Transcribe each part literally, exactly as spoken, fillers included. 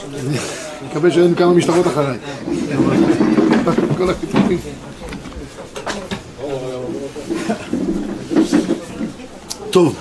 אני מקווה שאין כמה משטרות אחריי. כל הכתבים. טוב.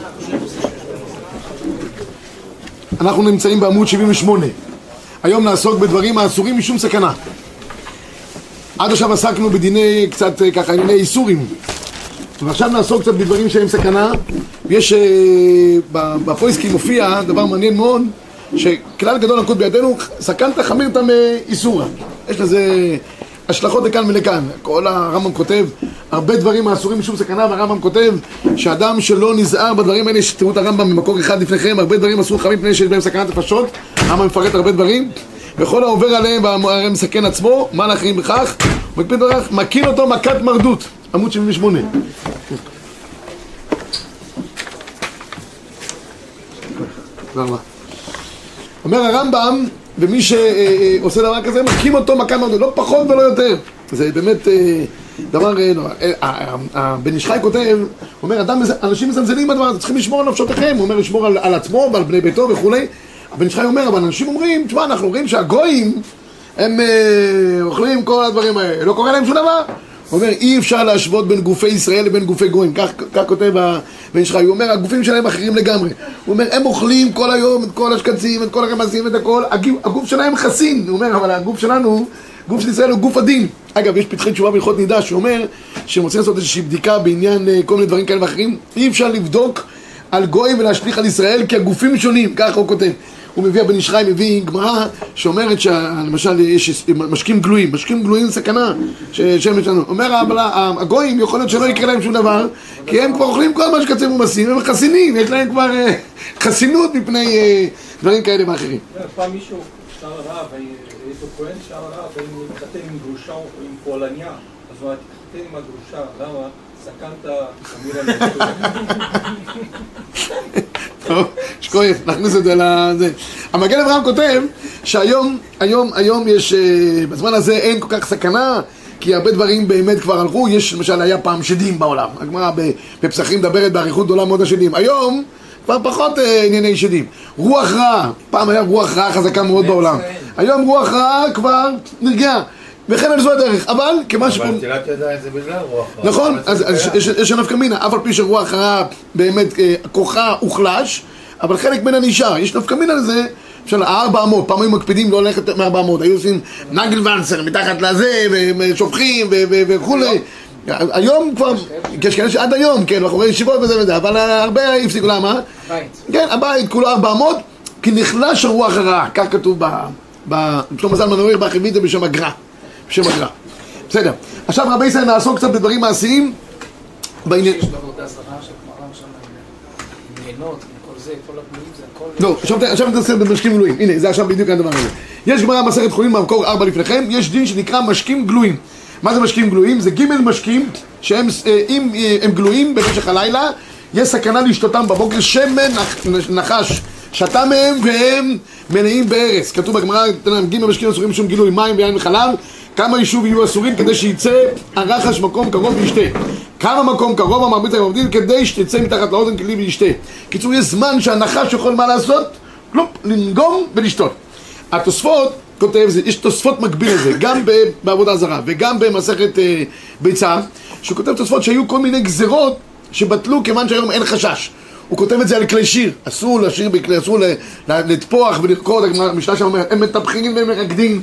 אנחנו נמצאים בעמוד שבעים ושמונה. היום נעסוק בדברים האסורים משום סכנה. עד עכשיו עסקנו בדיני, קצת ככה, דיני איסורים. ועכשיו נעסוק קצת בדברים שהם סכנה. ויש, בפויסקי מופיע דבר מעניין מאוד, שכלל גדול נקוט בידינו, סכנת חמירתא מאיסורא. יש לזה השלכות לכאן ולכאן. כל הרמב"ם כותב, הרבה דברים האסורים משום סכנה, והרמב"ם כותב שאדם שלא נזהר בדברים האלה, שתראו את הרמב"ם ממקור אחד לפניכם, הרבה דברים אסור חמים פני שיש בהם סכנת נפשות. הרמב"ם מפרט הרבה דברים, וכל העובר עליהם והרי מסכן עצמו, מה לאחרים בכך? ומקפיד דרך, מכין אותו מכת מרדות. עמוד שבעים ושמונה. אומר הרמב"ם, ומי שעושה דבר כזה, מכים אותו מכת מרדות, לא פחות ולא יותר. זה באמת דבר, בן איש חי כותב, הוא אומר, אנשים מזלזלים בדבר הזה, צריכים לשמור על נפשותיכם, הוא אומר, לשמור על עצמו ועל בני ביתו וכולי. בן איש חי אומר, אבל אנשים אומרים, תשמע, אנחנו רואים שהגויים הם אוכלים כל הדברים האלה, לא קורה להם שום דבר. הוא אומר, אי אפשר להשוות בין גופי ישראל לבין גופי גויים, כך, כך כותב בן איש חי. הוא אומר, הגופים שלהם אחרים לגמרי. הוא אומר, הם אוכלים כל היום את כל השקצים, את כל הרמזים, את הכל, הגוף שלהם חסין. הוא אומר, אבל הגוף שלנו, גוף של ישראל הוא גוף עדין. אגב, יש פתחי תשובה בהלכות נידה שאומר שהם רוצים לעשות איזושהי בדיקה בעניין כל מיני דברים כאלה ואחרים. אי אפשר לבדוק על גויים ולהשליך על ישראל כי הגופים שונים, ככה הוא כותב. הוא מביא, בן איש חי מביא גמרא שאומרת שלמשל יש משקים גלויים, משקים גלויים זה סכנה שהם משנו. אומר, אבל הגויים יכול להיות שלא יקרה להם שום דבר כי הם כבר אוכלים כל מה שקצים ומסים, הם חסינים, יש להם כבר חסינות מפני דברים כאלה ואחרים. פעם מישהו שר הרב, איפה כהן שר הרב, אם הוא מתחתן עם גרושה או עם פועלניה, אז הוא מתחתן עם הגרושה, למה? סכנת חמירא טוב, שכוח, נכניס את זה לזה. המגן אברהם כותב שהיום, היום, היום יש, בזמן הזה אין כל כך סכנה, כי הרבה דברים באמת כבר הלכו. יש, למשל, היה פעם שדים בעולם. הגמרא בפסחים מדברת באריכות גדולה מאוד השדים. היום כבר פחות ענייני שדים. רוח רעה, פעם היה רוח רעה חזקה מאוד בעולם. היום רוח רעה כבר נרגעה. וכן על זו הדרך, אבל כמה שפה... אבל תלת ידע את זה בגלל רוח רעה. נכון, אז יש נפקא מינה, אף על פי שרוח רעה באמת כוחה הוחלש, אבל חלק מן הנשאר, יש נפקא מינה לזה, למשל, הארבע אמות, פעם היו מקפידים לא ללכת מארבע אמות, היו עושים נגל ונסר מתחת לזה, ושופכים וכולי. היום כבר, יש כאלה שעד היום, כן, אחורי ישיבות וזה וזה, אבל הרבה הפסיקו, למה? הבית. כן, הבית כולו ארבע אמות, כי נחלש הרוח הרעה, כך כתוב ב... שלמה זלמן אומר, בהחביא את זה בשם הגר"א. בשם הגר"א. בסדר. עכשיו רבי ישראל נעסוק קצת בדברים מעשיים בעניין... יש בעבודה זרה שכמרם שם עם נהנות, וכל זה, כל הפנויים, זה הכל... לא, עכשיו נתעסק במשקים גלויים. הנה, זה עכשיו בדיוק הדבר הזה. יש גמרא מסכת חולין במקור ארבע לפניכם, יש דין שנקרא משקים גלויים. מה זה משקים גלויים? זה ג' משקים שהם, אם הם גלויים במשך הלילה, יש סכנה לשתותם בבוקר, שמן נחש שתה מהם והם מלאים בארץ. כתוב בגמרא, ג' משקים אסורים משום גילוי, מים ויין וחלב. כמה יישוב יהיו אסורים כדי שיצא הרחש מקום קרוב וישתה. כמה מקום קרוב המרבית היהודים כדי שתצא מתחת לאוזן כלי וישתה. קיצור, יש זמן שהנחש יכול מה לעשות? כלום, לנגום ולשתות. התוספות כותב, יש תוספות מקביל לזה, גם בעבודה זרה וגם במסכת אה, ביצה, שהוא כותב תוספות שהיו כל מיני גזרות שבטלו כיוון שהיום אין חשש. הוא כותב את זה על כלי שיר, אסור לשיר בכלי, אסור לטפוח ולרקוד, המשנה שם אומר, הם מטפחים והם מרקדים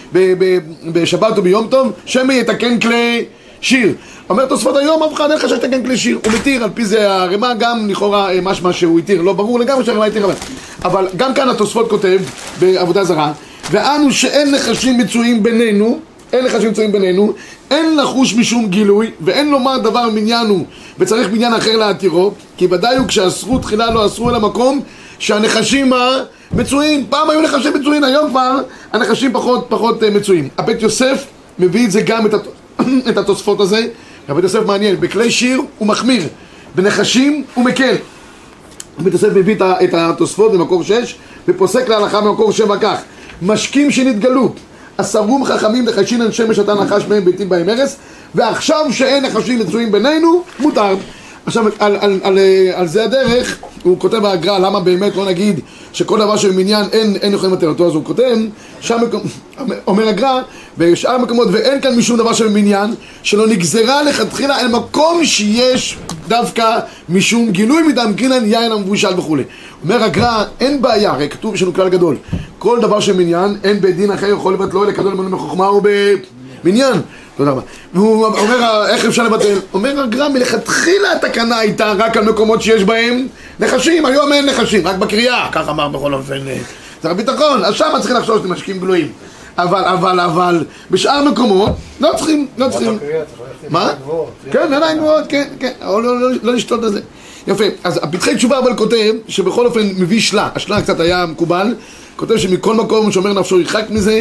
בשבת או ביום טוב, שמא יתקן כלי שיר. אומר תוספות היום, אף אחד אין חשש לתקן כלי שיר. הוא מתיר, על פי זה הרמה, גם לכאורה משמע שהוא התיר, לא ברור לגמרי שהרמה התיר, אבל אבל גם כאן התוספות כותב בעבודה זרה, ואנו שאין נחשים מצויים בינינו, אין נחשים מצויים בינינו, אין לחוש משום גילוי, ואין לומר דבר מניין הוא, וצריך בניין אחר להתירו, כי ודאי הוא כשאסרו תחילה לא אסרו אל המקום שהנחשים מצויים. פעם היו נחשים מצויים, היום כבר הנחשים פחות פחות מצויים. הבית יוסף מביא את זה גם את, הת... את התוספות הזה. הבית יוסף מעניין, בכלי שיר הוא מחמיר, בנחשים הוא מקל. הבית יוסף מביא את התוספות במקור שש, ופוסק להלכה במקור שבע כך: משקים שנתגלו, אסרום חכמים לחשין אנשי משתה נחש מהם ביתים בהם ארץ, ועכשיו שאין נחשים מצויים בינינו, מותר. עכשיו, על, על, על, על זה הדרך, הוא כותב בהגר"א, למה באמת לא נגיד שכל דבר שבמניין אין, אין יכולים לתת אותו, אז הוא כותב, שם אומר הגר"א, בשאר מקומות, ואין כאן משום דבר שבמניין, שלא נגזרה לכתחילה אל מקום שיש דווקא משום גילוי מדם קינן יין המבושל וכו'. אומר הגר"א, אין בעיה, הרי כתוב יש לנו כלל גדול, כל דבר שבמניין, אין בית דין אחר יכול לבטלו לקדול למנו מחוכמה או במניין. תודה רבה. והוא אומר, איך אפשר לבטל? אומר הגר"א, מלכתחילה התקנה הייתה רק על מקומות שיש בהם נחשים, היום אין נחשים, רק בקריאה, כך אמר בכל אופן שר הביטחון, אז שם צריכים לחשוב שאתם משקים גלויים. אבל, אבל, אבל, בשאר מקומות לא צריכים, לא צריכים. מה? כן, עדיין גבוהות, כן, כן, לא לשתות לזה. יפה, אז הפתחי תשובה אבל כותב שבכל אופן מביא שלה, השלה קצת היה מקובל, כותב שמכל מקום הוא שומר נפשו ירחק מזה,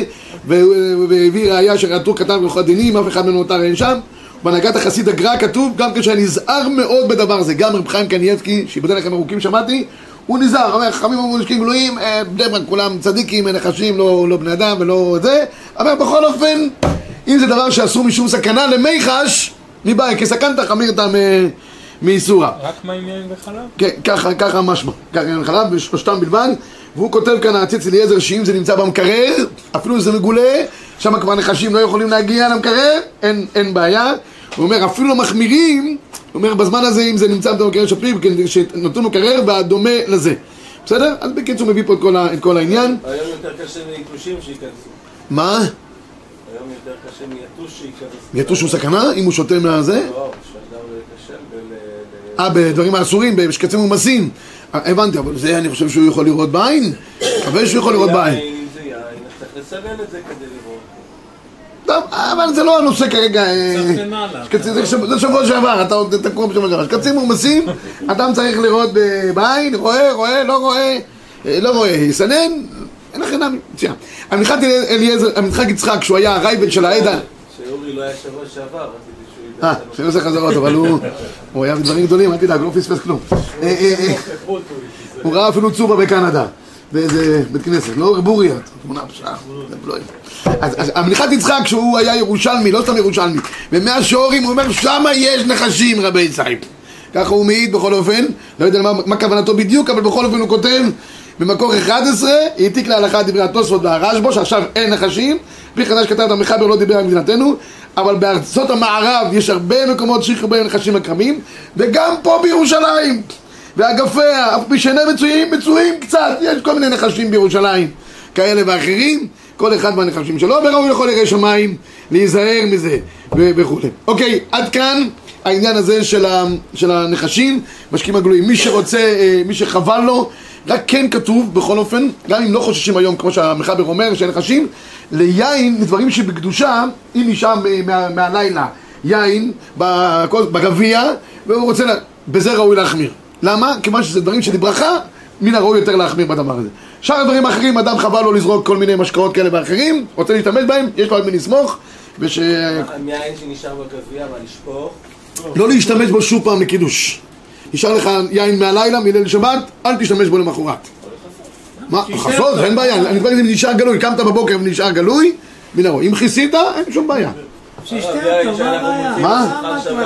והביא ראיה שראיתו כתב בלכות דינים, אף אחד מנותר אין שם. בהנהגת החסיד הגר"א כתוב גם כשאני נזהר מאוד בדבר הזה, גם רב חיים קניאבסקי, שיבדל לכם ארוכים שמעתי, הוא נזהר, אומר, חכמים ומשקים גלויים, בני ברק כולם צדיקים, נחשים, לא, לא בני אדם ולא זה, אומר בכל אופן, אם זה דבר שאסור משום סכנה למיחש, מבעיה, כי סכנת חמיר אותם מאיסורה. רק מים יין וחלב? כן, ככה, ככה משמע, ככה יין וחלב, בשלושתם בלבד, והוא כותב כאן הציץ אליעזר שאם זה נמצא במקרר, אפילו זה מגולה, שם כבר נחשים לא יכולים להגיע למקרר, אין, אין בעיה. הוא אומר, אפילו לא מחמירים, הוא אומר, בזמן הזה אם זה נמצא במקרר שפרים, שנותנו מקרר והדומה לזה. בסדר? אז בקיצור מביא פה את כל, את כל העניין. היום יותר קשה מיתושים שייכנסו. מה? היום יותר קשה מיתוש שייכנסו. יתוש הוא סכנה? אם הוא שותה מהזה? לא, שאדם לא יקשל ב... אה, בדברים האסורים, בשקצים ומסים. הבנתי, אבל זה אני חושב שהוא יכול לראות בעין. אבל שהוא יכול לראות בעין. אם זה יין, צריך לסנן את זה כדי לראות. טוב, אבל זה לא הנושא כרגע. זה שבוע שעבר, אתה עוד תקום בשבוע שעבר. שקצים ומסים, אדם צריך לראות בעין, רואה, רואה, לא רואה, לא רואה, יסנן, אין לכם נמי. המנחת אליעזר, המנחת יצחק, כשהוא היה הרייבד של העדה. שאורי לא היה שבוע שעבר, רציתי שהוא ידע. אה, שאני עושה חזרות, אבל הוא היה בדברים גדולים, אל תדאג, לא פספס כלום. הוא ראה אפילו צובה בקנדה, באיזה בית כנסת, לא בוריה, תמונה פשעה, זה בלואים. אז המנחת יצחק, שהוא היה ירושלמי, לא סתם ירושלמי, במאה שעורים הוא אומר, שמה יש נחשים רבי יצחק. ככה הוא מעיד בכל אופן, לא יודע מה כוונתו בדיוק, אבל בכל אופן הוא כותב, במקור אחד עשרה, העתיק להלכה דברי התוספות והרשב"א, שעכשיו אין נחשים, פי חדש כתב המחבר לא דיבר על מדינתנו, אבל בארצות המערב יש הרבה מקומות שיש בהם נחשים הקרמים, וגם פה בירושלים, והגפיה, אף משנה מצויים, מצויים קצת, יש כל מיני נחשים בירושלים, כאלה ואחרים, כל אחד מהנחשים שלו, וראוי לכל יראי שמיים להיזהר מזה וכו'. אוקיי, עד כאן העניין הזה של, ה, של הנחשים, משקים הגלויים. מי שרוצה, מי שחבל לו, רק כן כתוב בכל אופן, גם אם לא חוששים היום, כמו שהמחבר אומר, שאין נחשים, ליין, לדברים שבקדושה, אם נשאר מה, מהלילה יין בגביע, והוא רוצה, לה, בזה ראוי להחמיר. למה? כיוון שזה דברים שלברכה, מן הראוי יותר להחמיר בדבר הזה. שאר הדברים האחרים, אדם חבל לו לזרוק כל מיני משקאות כאלה ואחרים, רוצה להשתמש בהם, יש לו על מי לסמוך, וש... מהיין שנשאר בגביע, מה לשפוך? לא להשתמש בו שוב פעם לקידוש. נשאר לך יין מהלילה, מליל שבת, אל תשתמש בו למחרת. מה? חפות? אין בעיה. אני כבר אם נשאר גלוי, קמת בבוקר ונשאר גלוי, מן הראוי. אם חיסית, אין שום בעיה. שישתה אותו, מה הבעיה? מה?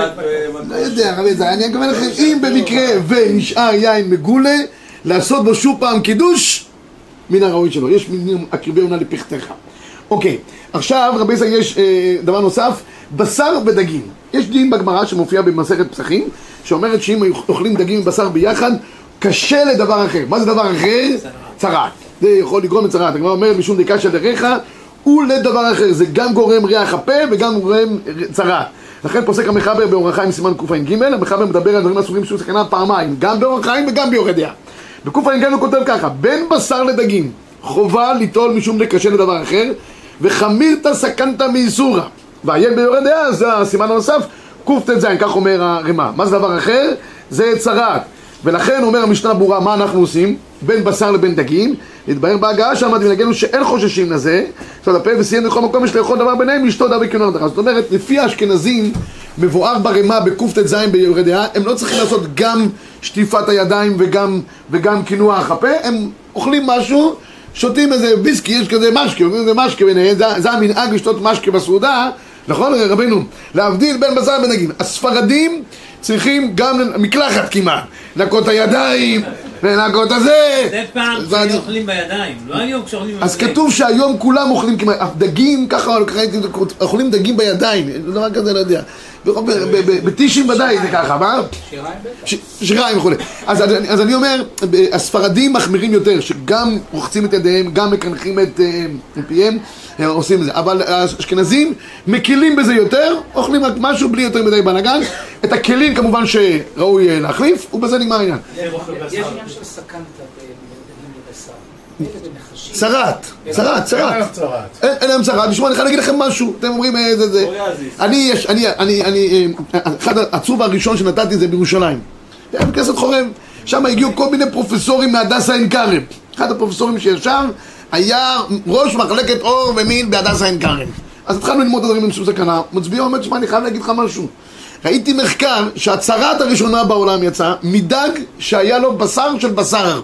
לא יודע, רבי זה, אני אקבל לכם, אם במקרה ונשאר יין מגולה, לעשות בו שוב פעם קידוש, מן הראוי שלו. יש מינים הקריבי עונה לפכתך. אוקיי, עכשיו רבי זה יש אה, דבר נוסף, בשר ודגים. יש דין בגמרא שמופיע במסכת פסחים, שאומרת שאם אוכלים דגים ובשר ביחד, קשה לדבר אחר. מה זה דבר אחר? צרעת. זה יכול לגרום לצרעת. הגמרא אומרת משום דקה של דרך, ולדבר אחר. זה גם גורם ריח הפה וגם גורם צרעת. לכן פוסק המחבר באור החיים סימן קע"ג, המחבר מדבר על דברים אסורים שהוא סכנה פעמיים, גם באור החיים וגם ביורה דעה. בקע"ג הוא כותב ככה, בין בשר לדגים חובה ליטול משום דקשה לדבר אחר, וחמירתא סכנת מאיסורא. ועיין ביורה דעה, זה הסימן הנוסף, קט"ז, כך אומר הרמ"א. מה זה דבר אחר? זה צרעת. ולכן אומר המשנה ברורה, מה אנחנו עושים? בין בשר לבין דגים, להתבהר בהגעה שם, ונגענו שאין חוששים לזה, זאת אומרת, וסיים לכל מקום יש לאכול דבר ביניהם, לשתות דבר בכינון הדחה. זאת אומרת, לפי האשכנזים, מבואר ברמ"א בקט"ז ביורה דעה, הם לא צריכים לעשות גם שטיפת הידיים וגם, וגם קינוח הפה, הם אוכלים משהו, שותים איזה ביסקי, יש כזה משקה, זה משקה ביניהם, זה, זה המנהג לשתות משקה בסעודה, נכון רבנו? להבדיל בין בשר לבין דגים. הספרדים צריכים גם מקלחת כמעט, לנקות את הידיים, לנקות את זה. זה פעם שאוכלים בידיים, לא היום כשאוכלים... אז כתוב שהיום כולם אוכלים כמעט, דגים, ככה אוכלים דגים בידיים, לא רק כזה, לא יודע. בטישים ודאי זה ככה, מה? שיריים בטח. שיריים וכו'. אז אני אומר, הספרדים מחמירים יותר, שגם רוחצים את ידיהם, גם מקנחים את פיהם, עושים את זה. אבל האשכנזים מקילים בזה יותר, אוכלים רק משהו בלי יותר מדי בלגן. את הכלים כמובן שראוי להחליף, ובזה נגמר העניין. יש עניין של סכנתא בדגים לבשר. צרת, צרת, צרת. אין להם צרת. בשביל אני יכול להגיד לכם משהו. אתם אומרים איזה זה. אני יש, אני, אני, אני, אחד העצוב הראשון שנתתי זה בירושלים. בכנסת חורב. שם הגיעו כל מיני פרופסורים מהדסה עין כרם. אחד הפרופסורים שישב היה ראש מחלקת עור ומין בהדסה עין כרם. אז התחלנו ללמוד את הדברים עם סוס סכנה. מצביע אומר, תשמע, אני חייב להגיד לך משהו. ראיתי מחקר שהצרת הראשונה בעולם יצאה מדג שהיה לו בשר של בשר.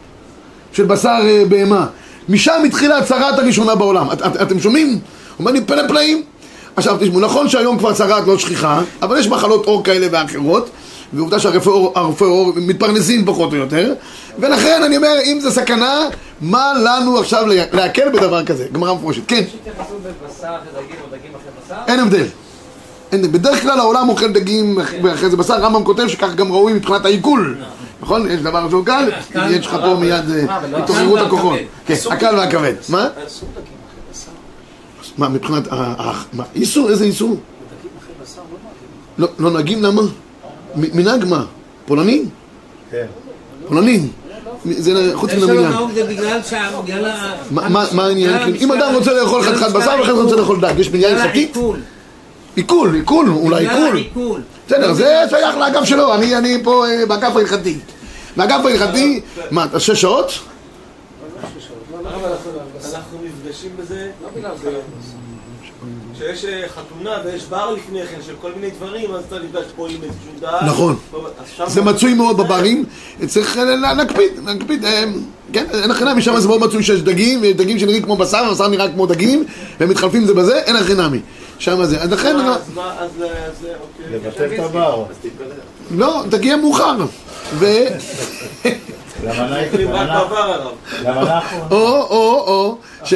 של בשר בהמה. משם התחילה הצרת הראשונה בעולם. את, את, אתם שומעים? הוא אומר לי פלא פלאים. עכשיו תשמעו, נכון שהיום כבר צרת לא שכיחה, אבל יש מחלות עור כאלה ואחרות, ועובדה שהרופאי עור מתפרנסים פחות או יותר, ולכן אני אומר, אם זה סכנה, מה לנו עכשיו להקל בדבר כזה? גמרא מפורשת. כן. שתייחסו בבשר אחרי דגים או דגים אחרי בשר? אין הבדל. בדרך כלל העולם אוכל דגים אחרי זה בשר, רמב"ם כותב שכך גם ראוי מבחינת העיכול. נכון? יש דבר שהוא קל, יש לך פה מיד התעוררות הכוחות. כן, הקל והכבד. מה? אסור דגים אחרי בשר. מה, מבחינת... מה, איסור? איזה איסור? דגים אחרי בשר לא נוהגים. לא נוהגים למה? מנהג מה? פולנים? כן. פולנים. זה חוץ מן המניין. זה שלא נהוג זה בגלל שה... מה העניין? אם אדם רוצה לאכול חתיכת בשר ואחרי זה רוצה לאכול דג, יש מניין הלכתית? עיכול, עיכול, אולי עיכול. בסדר, זה שייך לאגף שלו, אני פה באגף ההלכתי. באגף ההלכתי, מה, אתה שש שעות? אנחנו נפגשים בזה כשיש חתונה ויש בר לפני כן של כל מיני דברים, אז אתה נפגש פה עם איזשהו דעת. נכון, זה מצוי מאוד בברים, צריך להקפיד, להקפיד, כן, אין הכי נמי, שם זה מאוד מצוי שיש דגים, דגים שנראים כמו בשר, בשר נראה כמו דגים, והם מתחלפים זה בזה, אין הכי נמי. שם זה, אז לכן... אז מה, אז זה, אוקיי. לבטל את הבר. לא, תגיע מאוחר. ו... למה אנחנו? או, או, או, ש...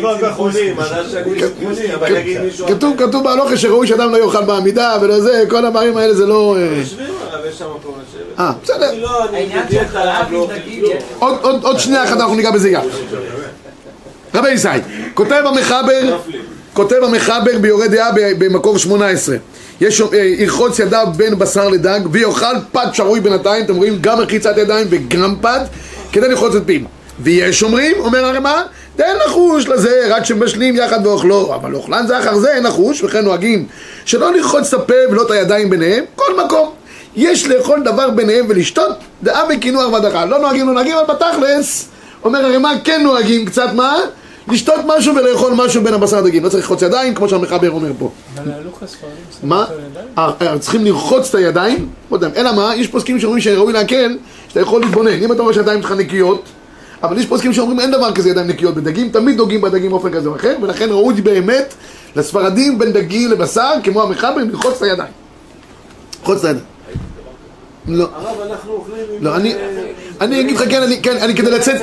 כתוב, כתוב בהלוכה שראוי שאדם לא יאכל בעמידה ולא זה, כל הדברים האלה זה לא... יושבים עליו, יש שם מקום לשבת. אה, בסדר. העניין של חלב עם דגים... עוד שנייה אחת אנחנו ניגע בזה גם. רבי ישי, כותב המחבר... כותב המחבר ביורה דעה במקור שמונה עשרה. יש ירחוץ ידיו בין בשר לדג ויאכל פת שרוי בינתיים, אתם רואים גם רחיצת ידיים וגם פת כדי לרחוץ את פיו. ויש אומרים, אומר הרמ"א, תן נחוש לזה רק שמשלים יחד ואוכלו, אבל אוכלן זה אחר זה אין נחוש, וכן נוהגים שלא לרחוץ את הפה ולא את הידיים ביניהם, כל מקום יש לאכול דבר ביניהם ולשתות, דעה וכינוח ודחה. לא נוהגים, לא נוהגים, אבל בתכלס אומר הרמ"א כן נוהגים קצת מה? לשתות משהו ולאכול משהו בין הבשר הדגים. לא צריך לרחוץ ידיים, כמו שהמחבר אומר פה. אבל הלוך הספרים מה? צריכים לרחוץ את הידיים, אלא מה? יש פוסקים שאומרים שראוי להקל, שאתה יכול להתבונן. אם אתה רואה שהידיים שלך נקיות, אבל יש פוסקים שאומרים אין דבר כזה ידיים נקיות בדגים, תמיד דוגים בדגים באופן כזה או אחר, ולכן ראוי באמת לספרדים בין דגים לבשר, כמו המחבר, לרחוץ את הידיים. לרחוץ את הידיים. לא. הרב, אנחנו אוכלים... לא, אני אגיד לך כן, אני כדי לצאת...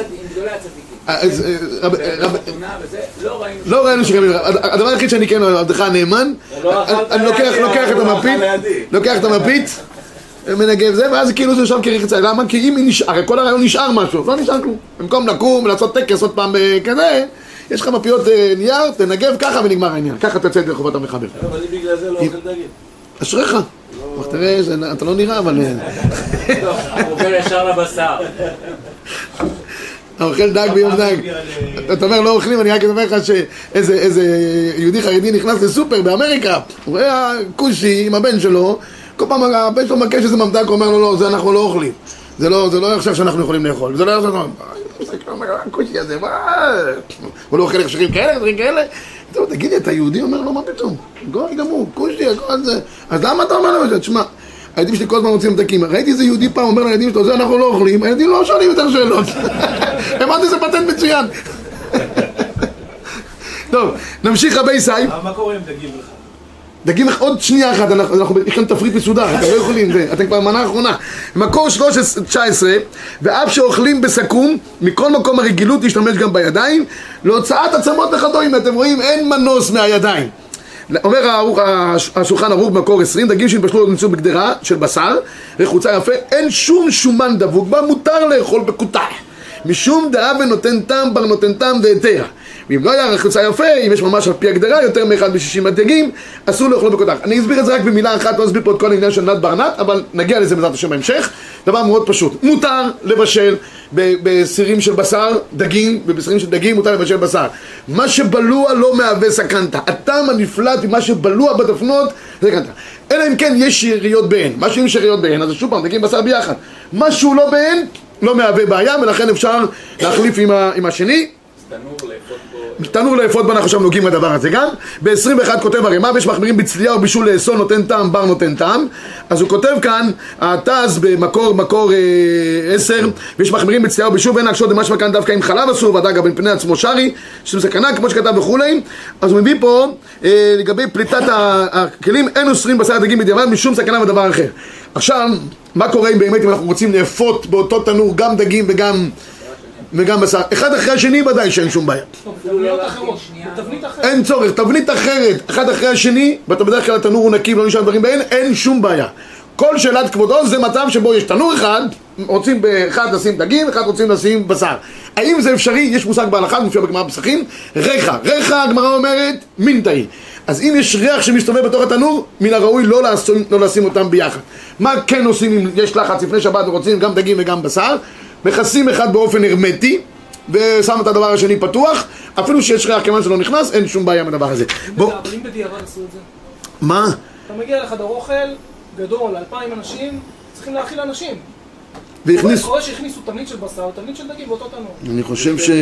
לא ראינו שגם... הדבר היחיד שאני כן עבדך הנאמן, אני לוקח את המפית, לוקח את המפית, מנגב זה, ואז כאילו זה שם כרחצה. למה? כי אם היא נשאר, כל הרעיון נשאר משהו, לא נשאר כלום. במקום לקום ולעשות טקס עוד פעם כזה, יש לך מפיות נייר, תנגב ככה ונגמר העניין. ככה תצא את רחובת המחבר. אבל אני בגלל זה לא אוכל דגים. אשריך. תראה, אתה לא נראה, אבל... הוא עובר ישר לבשר. אוכל דג ביום דג. אתה אומר לא אוכלים, אני רק אדבר לך שאיזה יהודי חרדי נכנס לסופר באמריקה, הוא רואה כושי עם הבן שלו, כל פעם הבן שלו מבקש איזה ממתק, הוא אומר לו לא, זה אנחנו לא אוכלים, זה לא עכשיו שאנחנו יכולים לאכול, זה לא עכשיו כושי הזה, הוא לא אוכל הכשרים כאלה, דברים כאלה. תגיד לי, אתה יהודי? אומר לו מה פתאום, גוי גמור, כושי, הכל זה, אז למה אתה אומר לו את זה? תשמע, הילדים שלי כל הזמן רוצים מתקים. ראיתי איזה יהודי פעם אומר לילדים שלו, זה אנחנו לא אוכלים, הילדים לא שואלים יותר שאלות. אמרתי, זה פטנט מצוין. טוב, נמשיך רבי ישי. מה קורה עם דגים לך? דגים, עוד שנייה אחת, אנחנו, אנחנו, יש כאן תפריט מסודר, אתם לא יכולים, זה, אתם כבר מנה האחרונה. מקור שלוש עשרה תשע עשרה, ואף שאוכלים בסכו"ם, מכל מקום הרגילות להשתמש גם בידיים, להוצאת עצמות וכדומה, אתם רואים, אין מנוס מהידיים. אומר הערוך, השולחן ערוך במקור עשרים, דגים שנתבשלו נמצאו בגדרה של בשר, רחוצה יפה, אין שום שומן דבוק בה, מותר לאכול בקוטח. משום דעה ונותן טעם, בר נותן טעם והיתר. ואם לא היה רחוצה יפה, אם יש ממש על פי הגדרה, יותר מאחד בשישים דגים, אסור לאכול בקוטח. אני אסביר את זה רק במילה אחת, לא אסביר פה את כל העניין של נת ברנת, אבל נגיע לזה בעזרת השם בהמשך. דבר מאוד פשוט, מותר לבשל בסירים של בשר, דגים, ובסירים של דגים מותר לבשל בשר. מה שבלוע לא מהווה סכנתא. הטעם הנפלט עם מה שבלוע בדפנות, זה סכנתא. אלא אם כן יש שאריות בהן. מה שאם שאריות בהן, אז שוב פעם, דגים בשר ביחד. משהו לא בהן, לא מהווה בעיה, ולכן אפשר להחליף עם, ה, עם השני. תנור לאפות בו, אנחנו עכשיו נוגעים בדבר הזה גם. ב-עשרים ואחת כותב הרמ"א, ויש מחמירים בצלייה ובישול לאסון נותן טעם, בר נותן טעם. אז הוא כותב כאן, התז במקור מקור אה, עשר, ויש מחמירים בצלייה ובישול ואין להקשות למה שמכאן דווקא עם חלב אסור, ודאגה בין פני עצמו שרי, שזה סכנה כמו שכתב וכולי. אז הוא מביא פה אה, לגבי פליטת הכלים, אין אוסרים בשר דגים בדיעבד משום סכנה ודבר אחר. עכשיו, מה קורה אם באמת אם אנחנו רוצים לאפות באותו תנור גם דגים וגם וגם בשר, אחד אחרי השני ודאי שאין שום בעיה. אין צורך, תבנית אחרת, אחד אחרי השני, ואתה בדרך כלל התנור הוא נקי ולא נשאר דברים בהן, אין שום בעיה. כל שאלת כבודו זה מצב שבו יש תנור אחד, רוצים באחד לשים דגים, אחד רוצים לשים בשר. האם זה אפשרי? יש מושג בהלכה, מופיע בגמרא פסחים, ריחה, ריחה הגמרא אומרת, מינטאי. אז אם יש ריח שמסתובב בתוך התנור, מן הראוי לא לשים, לא לשים אותם ביחד. מה כן עושים אם יש לחץ לפני שבת ורוצים גם דגים וגם בשר? מכסים אחד באופן הרמטי ושם את הדבר השני פתוח, אפילו שיש ריח כיוון שלא נכנס, אין שום בעיה מהדבר הזה. אבל אם בדיעבד עשו את זה? מה? אתה מגיע לחדר אוכל גדול, אלפיים אנשים, צריכים להאכיל אנשים. קורה שהכניסו תבנית של בשר, תבנית של דגים באותו תנור. אני חושב ש...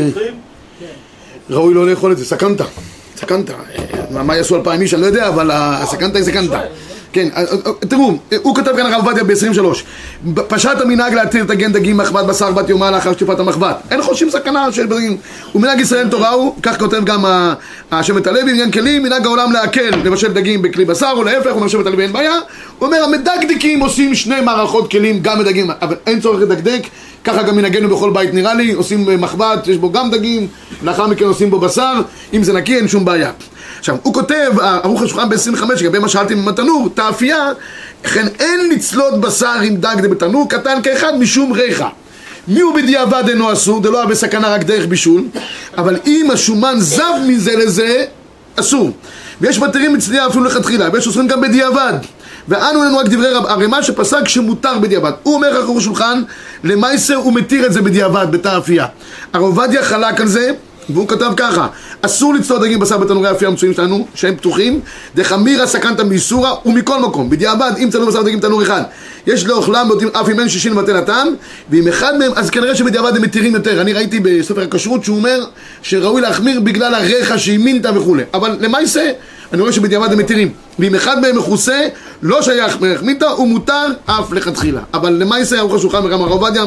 ראוי לא לאכול את זה, סכנתא. סכנתא. מה יעשו אלפיים איש, אני לא יודע, אבל הסכנתא היא סכנתא. כן, תראו, הוא כתב כאן הרב עובדיה ב-עשרים ושלוש, פשט המנהג להתיר תגן דגים מחבת בשר בת יומה לאחר שטיפת המחבת, אין חושבים סכנה של דגים, ומנהג ישראל תורה הוא, כך כותב גם השבט הלוי, עניין כלים, מנהג העולם להקל לבשל דגים בכלי בשר, או להפך, אומר השבט הלוי אין בעיה, הוא אומר המדקדקים עושים שני מערכות כלים גם בדגים, אבל אין צורך לדקדק, ככה גם מנהגנו בכל בית נראה לי, עושים מחבת, יש בו גם דגים, לאחר מכן עושים בו בשר, אם זה נקי אין שום בעיה. עכשיו, הוא כותב, ערוך השולחן ב-עשרים וחמש, לגבי מה שאלתי עם התנור, תאפייה, לכן אין לצלות בשר עם דג בתנור, קטן כאחד משום ריחה. מי הוא בדיעבד אינו אסור, זה לא היה בסכנה רק דרך בישול, אבל אם השומן זב מזה לזה, אסור. ויש מתירים בצלייה אפילו לכתחילה, ויש אוסרים גם בדיעבד. ואנו לנו רק דברי רב הרמ"א שפסק שמותר בדיעבד. הוא אומר ערוך השולחן, למעשה הוא מתיר את זה בדיעבד, בתאפייה. הרב עובדיה חלק על זה, והוא כתב ככה, אסור לצלות דגים בשר בתנורי האפייה המצויים שלנו, שהם פתוחים, דחמירא סכנתא מאיסורא ומכל מקום. בדיעבד, אם צלו בשר דגים תנור אחד, יש לאוכלם באותים אף אם אין שישין לבטלתם, ואם אחד מהם, אז כנראה שבדיעבד הם מתירים יותר. אני ראיתי בספר הכשרות שהוא אומר שראוי להחמיר בגלל הריחה שהיא מינטה וכו'. אבל למעשה, אני רואה שבדיעבד הם מתירים. ואם אחד מהם מכוסה, לא שייך מינטה, הוא מותר אף לכתחילה. אבל למעשה, ערוך השולחן וגם הרב עובדיה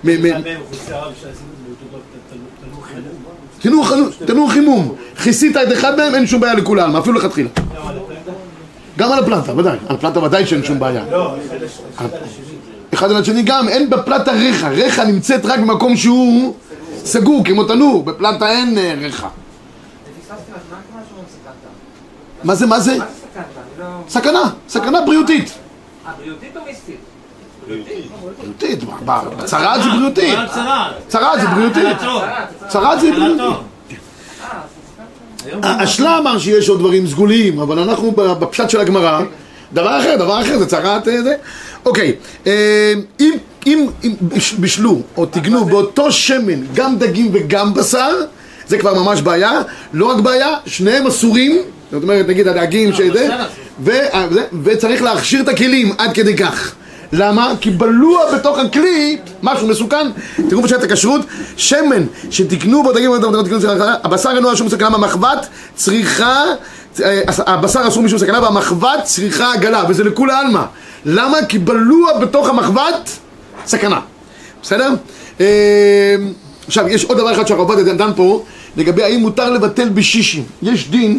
תנור חימום, כיסית את אחד מהם, אין שום בעיה לכולם, אפילו לכתחילה. גם על הפלטה, ודאי, על הפלטה ודאי שאין שום בעיה. אחד על השני גם, אין בפלטה ריחה, ריחה נמצאת רק במקום שהוא סגור, כמו תנור, בפלטה אין ריחה. מה זה, מה זה? סכנה, סכנה בריאותית. בריאותית או מיסטית? בריאותית, צרעת זה בריאותית. צרעת זה בריאותית. צרעת זה בריאותית. השלה אמר שיש עוד דברים סגוליים, אבל אנחנו בפשט של הגמרא, דבר אחר, דבר אחר, זה צרעת זה. אוקיי, אם בישלו או תגנו באותו שמן גם דגים וגם בשר, זה כבר ממש בעיה. לא רק בעיה, שניהם אסורים, זאת אומרת, נגיד הדגים שזה, וצריך להכשיר את הכלים עד כדי כך. למה? כי בלוע בתוך הכלי משהו מסוכן. תראו בשעת הכשרות, שמן שתקנו בו דגים, הבשר אינו שום סכנה במחבת, צריכה, הבשר אסור משום סכנה במחבת, צריכה עגלה, וזה לכולי עלמא. למה? כי בלוע בתוך המחבת סכנה. בסדר? עכשיו, יש עוד דבר אחד שהרב עובדיה דן פה, לגבי האם מותר לבטל בשישים. יש דין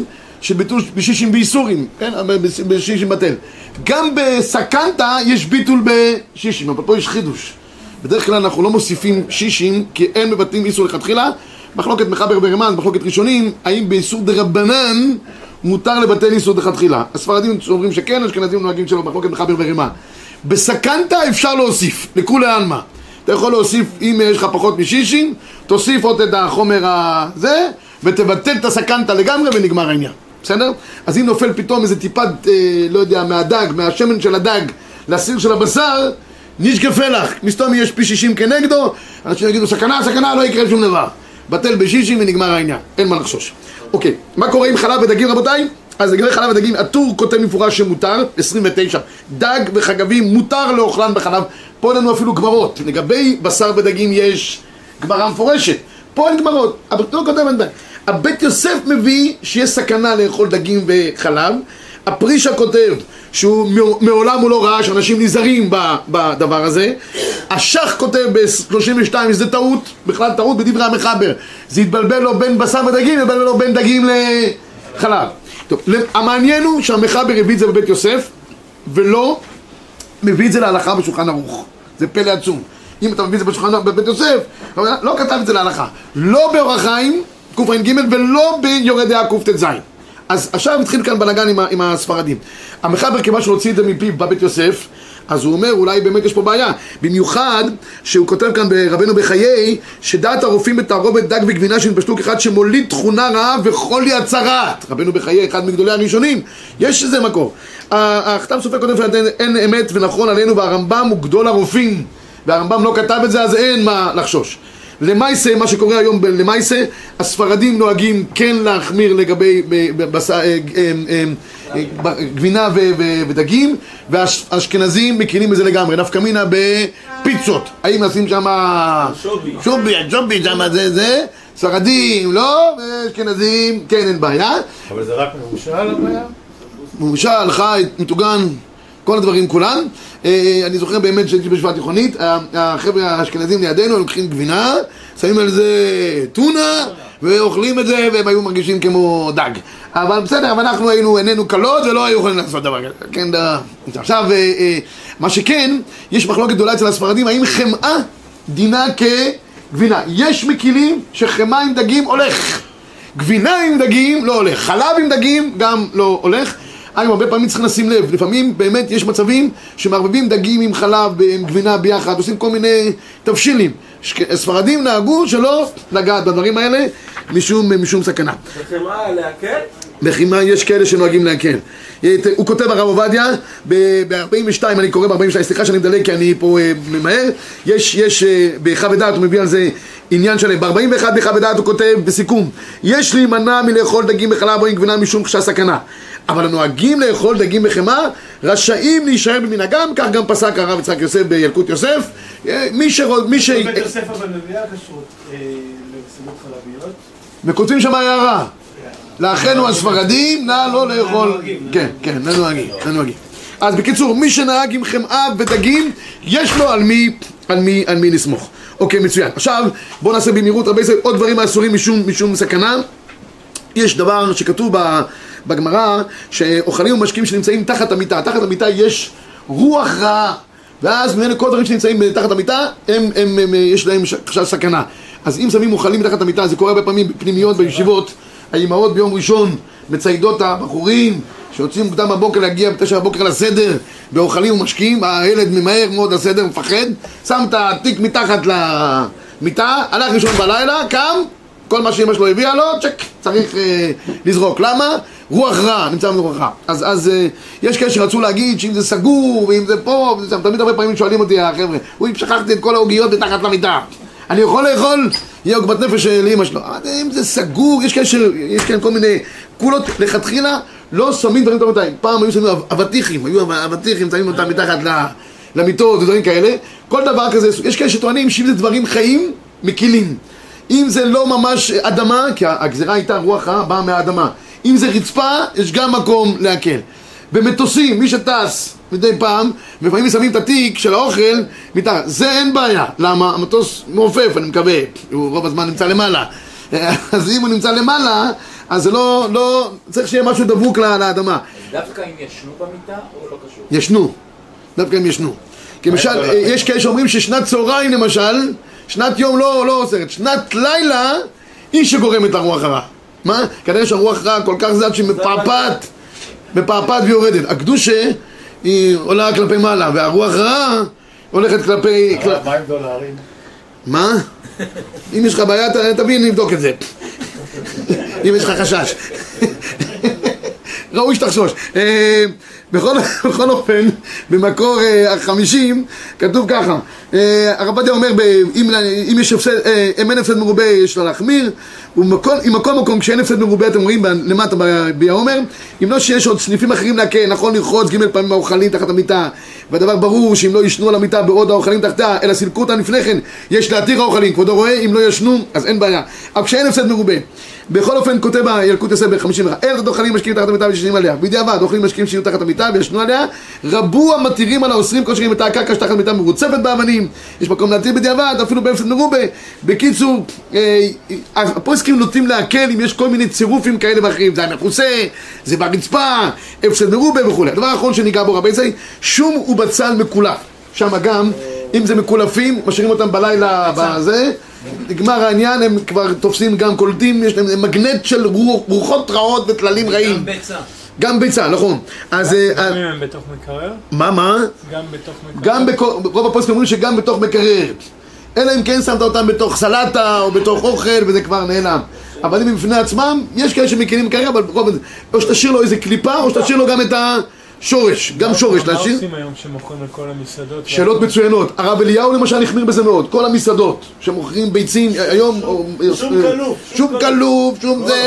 של ביטול בשישים ואיסורים, כן? בשישים בטל. גם בסקנטה יש ביטול בשישים, אבל פה יש חידוש. בדרך כלל אנחנו לא מוסיפים שישים, כי אין מבטלים איסור לכתחילה. מחלוקת מחבר ברמן, מחלוקת ראשונים, האם באיסור דרבנן מותר לבטל איסור לכתחילה. הספרדים אומרים שכן, אשכנזים נוהגים שלא, מחלוקת מחבר ברמן. בסקנטה אפשר להוסיף, לכולי עלמא. אתה יכול להוסיף, אם יש לך פחות משישים, תוסיף עוד את החומר הזה, ותבטל את הסקנטה לגמרי ונגמר העניין. בסדר? אז אם נופל פתאום איזה טיפת, אה, לא יודע, מהדג, מהשמן של הדג, לסיר של הבשר, נשקפה לך. מסתום יש פי שישים כנגדו, אנשים יגידו, סכנה, סכנה, לא יקרה שום דבר. בטל בשישים ונגמר העניין. אין מה לחשוש. אוקיי, מה קורה עם חלב ודגים, רבותיי? אז לגבי חלב ודגים, הטור כותב מפורש שמותר, עשרים ותשע. דג וחגבים מותר לאוכלן בחלב. פה אין לנו אפילו גמרות. לגבי בשר ודגים יש גמרה מפורשת. פה אין גמרות. אבל לא כותב אין דג. הבית יוסף מביא שיש סכנה לאכול דגים וחלב. הפרישה כותב שהוא מעולם הוא לא ראה שאנשים נזהרים בדבר הזה. השח כותב ב-שלושים ושתיים, זה טעות, בכלל טעות בדברי המחבר. זה התבלבל לו בין בשר ודגים, התבלבל לו בין דגים לחלב. טוב, המעניין הוא שהמחבר הביא את זה בבית יוסף, ולא מביא את זה להלכה בשולחן ערוך. זה פלא עצום. אם אתה מביא את זה בשולחן ערוך בבית יוסף, לא כתב את זה להלכה. לא באורח חיים, קע"ג, ולא ביורה דעה קט"ז. אז עכשיו התחיל כאן בלגן עם, עם הספרדים. המחבר כיוון שהוציא את זה מפיו בבית יוסף, אז הוא אומר אולי באמת יש פה בעיה. במיוחד שהוא כותב כאן ברבנו בחיי, שדעת הרופאים בתערובת דג וגבינה שנתפשטו כאחד שמוליד תכונה רעה וחולי הצרת. רבנו בחיי, אחד מגדולי הראשונים, יש איזה מקור. הכתב סופר כותב שאין אמת ונכון עלינו, והרמב"ם הוא גדול הרופאים, והרמב"ם לא כתב את זה, אז אין מה לחשוש. למעשה, מה שקורה היום למעשה, הספרדים נוהגים כן להחמיר לגבי גבינה ודגים, והאשכנזים מכירים את זה לגמרי. נפקא מינה בפיצות. האם נשים שם שובי, שובי, שובי, שם זה זה, ספרדים לא, ואשכנזים כן, אין בעיה. אבל זה רק מבושל הבעיה? מבושל, חי, מטוגן, כל הדברים כולם. אני זוכר באמת שהייתי בשבעה תיכונית, החבר'ה האשכנזים לידינו לוקחים גבינה, שמים על זה טונה ואוכלים את זה, והם היו מרגישים כמו דג. אבל בסדר, אבל אנחנו היינו עינינו קלות ולא היו יכולים לעשות דבר כזה. כן, עכשיו, מה שכן, יש מחלוקת גדולה אצל הספרדים, האם חמאה דינה כגבינה. יש מקילים שחמאה עם דגים הולך, גבינה עם דגים לא הולך, חלב עם דגים גם לא הולך. אגב, הרבה פעמים צריכים לשים לב, לפעמים באמת יש מצבים שמערבבים דגים עם חלב, עם גבינה ביחד, עושים כל מיני תבשילים. ספרדים נהגו שלא לגעת בדברים האלה משום, משום סכנה. בחמאה להקל? בחמאה יש כאלה שנוהגים להקל. הוא כותב הרב עובדיה, ב-ארבעים ושתיים, אני קורא ב-ארבעים ושתיים, סליחה שאני מדלג כי אני פה ממהר, יש, יש בחוות דעת, הוא מביא על זה עניין שלם. ב-ארבעים ואחת בחוות דעת הוא כותב בסיכום, יש להימנע מלאכול דגים בחלב או עם גבינה משום חשש סכנה. אבל הנוהגים לאכול דגים בחמאה רשאים להישאר במנהגם, כך גם פסק הרב יצחק יוסף בילקוט יוסף. מי שרוד, מי ש... בית יוסף אבל מביאה כשרות לסימות חלביות? וכותבים שם הערה. לאחינו הספרדים, נא לא לאכול... כן, כן, נא נוהגים, נא נוהגים. אז בקיצור, מי שנהג עם חמאה ודגים, יש לו על מי, על מי, על מי לסמוך. אוקיי, מצוין. עכשיו, בואו נעשה במהירות הרבה עוד דברים האסורים משום, משום סכנה. יש דבר שכתוב ב... בגמרא, שאוכלים ומשקים שנמצאים תחת המיטה. תחת המיטה יש רוח רעה, ואז ממנו כל דברים שנמצאים תחת המיטה, הם, הם, הם, יש להם חשש סכנה. אז אם שמים אוכלים תחת המיטה, זה קורה הרבה פעמים בפנימיות, בישיבות, האימהות ביום ראשון מציידות הבחורים, שיוצאים מוקדם בבוקר להגיע בתשע בבוקר לסדר, באוכלים ומשקים, הילד ממהר מאוד לסדר, מפחד, שם את התיק מתחת למיטה, הלך ראשון בלילה, קם, כל מה שאמא שלו הביאה לו, צ'ק, צריך אה, לזרוק. למה? רוח רע, נמצא ברוח רע. אז, אז אה, יש כאלה שרצו להגיד שאם זה סגור, ואם זה פה, וזה, תמיד הרבה פעמים שואלים אותי, החבר'ה, הוא שכחתי את כל העוגיות מתחת למיטה. אני יכול לאכול? יהיה עוגמת נפש של אמא שלו. אם זה סגור, יש כאלה, יש כאלה כל מיני קולות, לכתחילה, לא שמים דברים טוב מתי. פעם היו שמים אבטיחים, היו אבטיחים, שמים אותם מתחת למיטות ודברים כאלה. כל דבר כזה, יש כאלה שטוענים שאם זה דברים חיים, מקילים. אם זה לא ממש אדמה, כי הגזירה הייתה רוח רעה, באה מהאדמה. אם זה רצפה, יש גם מקום להקל. במטוסים, מי שטס מדי פעם, לפעמים שמים את התיק של האוכל מתחת. זה אין בעיה. למה? המטוס מעופף, אני מקווה. הוא רוב הזמן נמצא למעלה. אז אם הוא נמצא למעלה, אז זה לא, לא, צריך שיהיה משהו דבוק לאדמה. דווקא אם ישנו במיטה או לא קשור? ישנו, דווקא אם ישנו. כי למשל, יש כאלה שאומרים ששנת צהריים למשל, שנת יום לא, לא עוזרת, שנת לילה היא שגורמת לרוח הרע. מה? כנראה שהרוח הרע כל כך זד שהיא מפעפעת, מפעפעת ויורדת. הקדושה היא עולה כלפי מעלה, והרוח הרע הולכת כלפי... מה עם דולרים? מה? אם יש לך בעיה, תביא, נבדוק את זה. אם יש לך חשש. ראוי שתחשוש. בכל, בכל אופן, במקור החמישים, כתוב ככה, הרב עובדיה אומר, אם, אם יש הפסד, אם אין הפסד מרובה יש לה להחמיר, אם מכל מקום כשאין הפסד מרובה אתם רואים למטה ביה אומר, אם לא שיש עוד סניפים אחרים להקל, נכון לרחוץ ג' פעמים האוכלים תחת המיטה, והדבר ברור שאם לא ישנו על המיטה בעוד האוכלים תחתה, אלא סילקו אותה לפני כן, יש להתיר האוכלים, כבודו רואה, אם לא ישנו, אז אין בעיה. אבל כשאין הפסד מרובה, בכל אופן כותב בילקוט יוסף ב-חמישים ואחת, אלת אוכלים משקיעים תחת המיטה וישנים עליה, בדיעבד אוכלים משקיעים שיהיו תחת המיטה וישנו עליה, רבו המתירים על האוסרים כל שרים את הקרקע שתחת המיטה מרוצפת באבנים, יש מקום להתיר בדיעבד, אפילו בהפסד מרובה. בקיצור, הפוסקים נוטים להקל אם יש כל מיני צירופים כאלה ואחרים, זה המכוסה, זה ברצפה, הפסד מרובה וכו'. הדבר האחרון שניגע בו רבי זה, שום ובצל מקולף, שם גם, אם זה מקולפים, משאירים אותם בלילה בזה, נגמר העניין, הם כבר תופסים גם קולטים, יש להם מגנט של רוחות רעות וטללים רעים. גם ביצה. גם ביצה, נכון. אז... גם אם הם בתוך מקרר? מה, מה? גם בתוך מקרר? גם, רוב הפוסקים אומרים שגם בתוך מקרר. אלא אם כן שמת אותם בתוך סלטה או בתוך אוכל וזה כבר נעלם. אבל אם בפני עצמם, יש כאלה שמקינים מקרר, אבל או שתשאיר לו איזה קליפה, או שתשאיר לו גם את ה... שורש, גם שורש להשאיר. מה עושים היום שמוכרים לכל המסעדות? שאלות מצוינות. הרב אליהו למשל החמיר בזה מאוד. כל המסעדות שמוכרים ביצים היום... שום כלוף. שום כלוף, שום זה...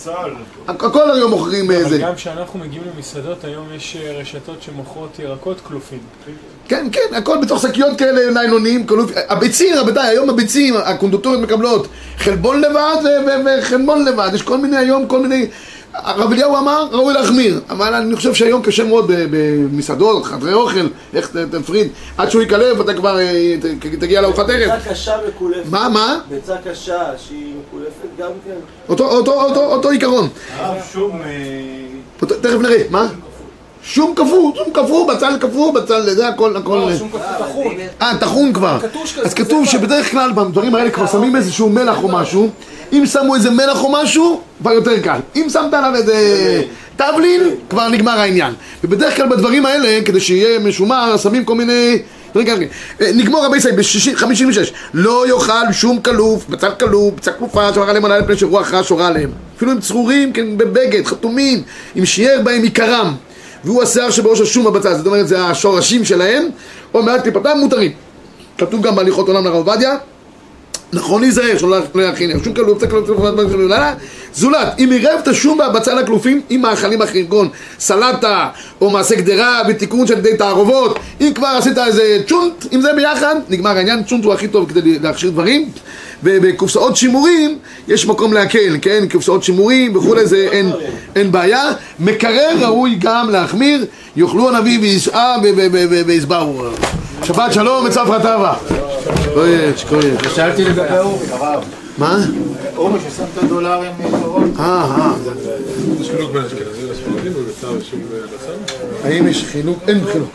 הכל היום מוכרים זה. אבל גם כשאנחנו מגיעים למסעדות, היום יש רשתות שמוכרות ירקות כלופים. כן, כן, הכל בתוך שקיות כאלה, ניילונים, כלוף. הביצים, רבותיי, היום הביצים, הקונדוקטוריות מקבלות חלבון לבד וחלבון לבד. יש כל מיני היום, כל מיני... הרב אליהו אמר, ראוי להחמיר, אבל אני חושב שהיום קשה מאוד במסעדות, חדרי אוכל, איך תפריד, עד שהוא יקלף, אתה כבר תגיע לארוחת ערב. ביצה קשה מקולפת. מה, מה? ביצה קשה שהיא מקולפת גם כן. אותו, אותו, אותו, אותו עיקרון. שום... תכף נראה, מה? שום קפוא, שום קפוא, בצל קפוא, בצל, זה הכל, הכל... שום קפוא טחון. אה, טחון כבר. אז כתוב שבדרך כלל בדברים האלה כבר שמים איזשהו מלח או משהו, אם שמו איזה מלח או משהו, כבר יותר קל. אם שמת עליו איזה טבלין, כבר נגמר העניין. ובדרך כלל בדברים האלה, כדי שיהיה משומר, שמים כל מיני... נגמור רבי ישראל ב-חמישים ושש. לא יאכל שום כלוף, בצל כלוף, בצל כלופה, שורה עליהם עליהם פני שרוח רע שורה עליהם. אפילו עם צרורים, כן, בבגד, חתומים, עם שיער בהם עיקרם. והוא השיער שבראש השום הבצל, זאת אומרת, זה השורשים שלהם, או מעט קליפתם מותרים. כתוב גם בהליכות עולם לרב עובדיה, נכון להיזהר, שלא להכין, שום כלוף, קצת כלוף, זולת, אם עירב את השום והבצל הכלופים, עם מאכלים אחרים, כגון סלטה, או מעשה גדרה, ותיקון של ידי תערובות, אם כבר עשית איזה צ'ונט, עם זה ביחד, נגמר העניין, צ'ונט הוא הכי טוב כדי להכשיר דברים, ובקופסאות שימורים, יש מקום להקל, כן, קופסאות שימורים וכולי, זה אין, אין בעיה, מקרר ראוי גם להחמיר, יאכלו הנביא וישעה ויסברו. שבת שלום וצפרא טבא. קויץ' קויץ'. שאלתי לגבי אורי, הרב. מה? אורי ששם את הדולרים מתורות. אה, אה. יש חילוק בין אשכנזים לספרדים ובצער ושום לסם? האם יש חילוק? אין חילוק.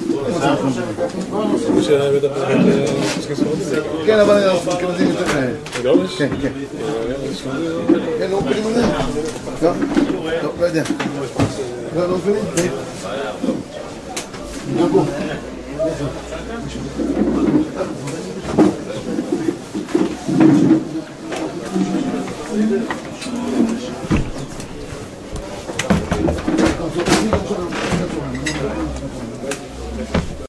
כן, אבל אנחנו אשכנזים יותר כאלה. גם יש? כן, כן. כן, לא מבינים על זה? לא? לא, לא יודע. לא, לא מבינים? כן. נגעו. Thank you.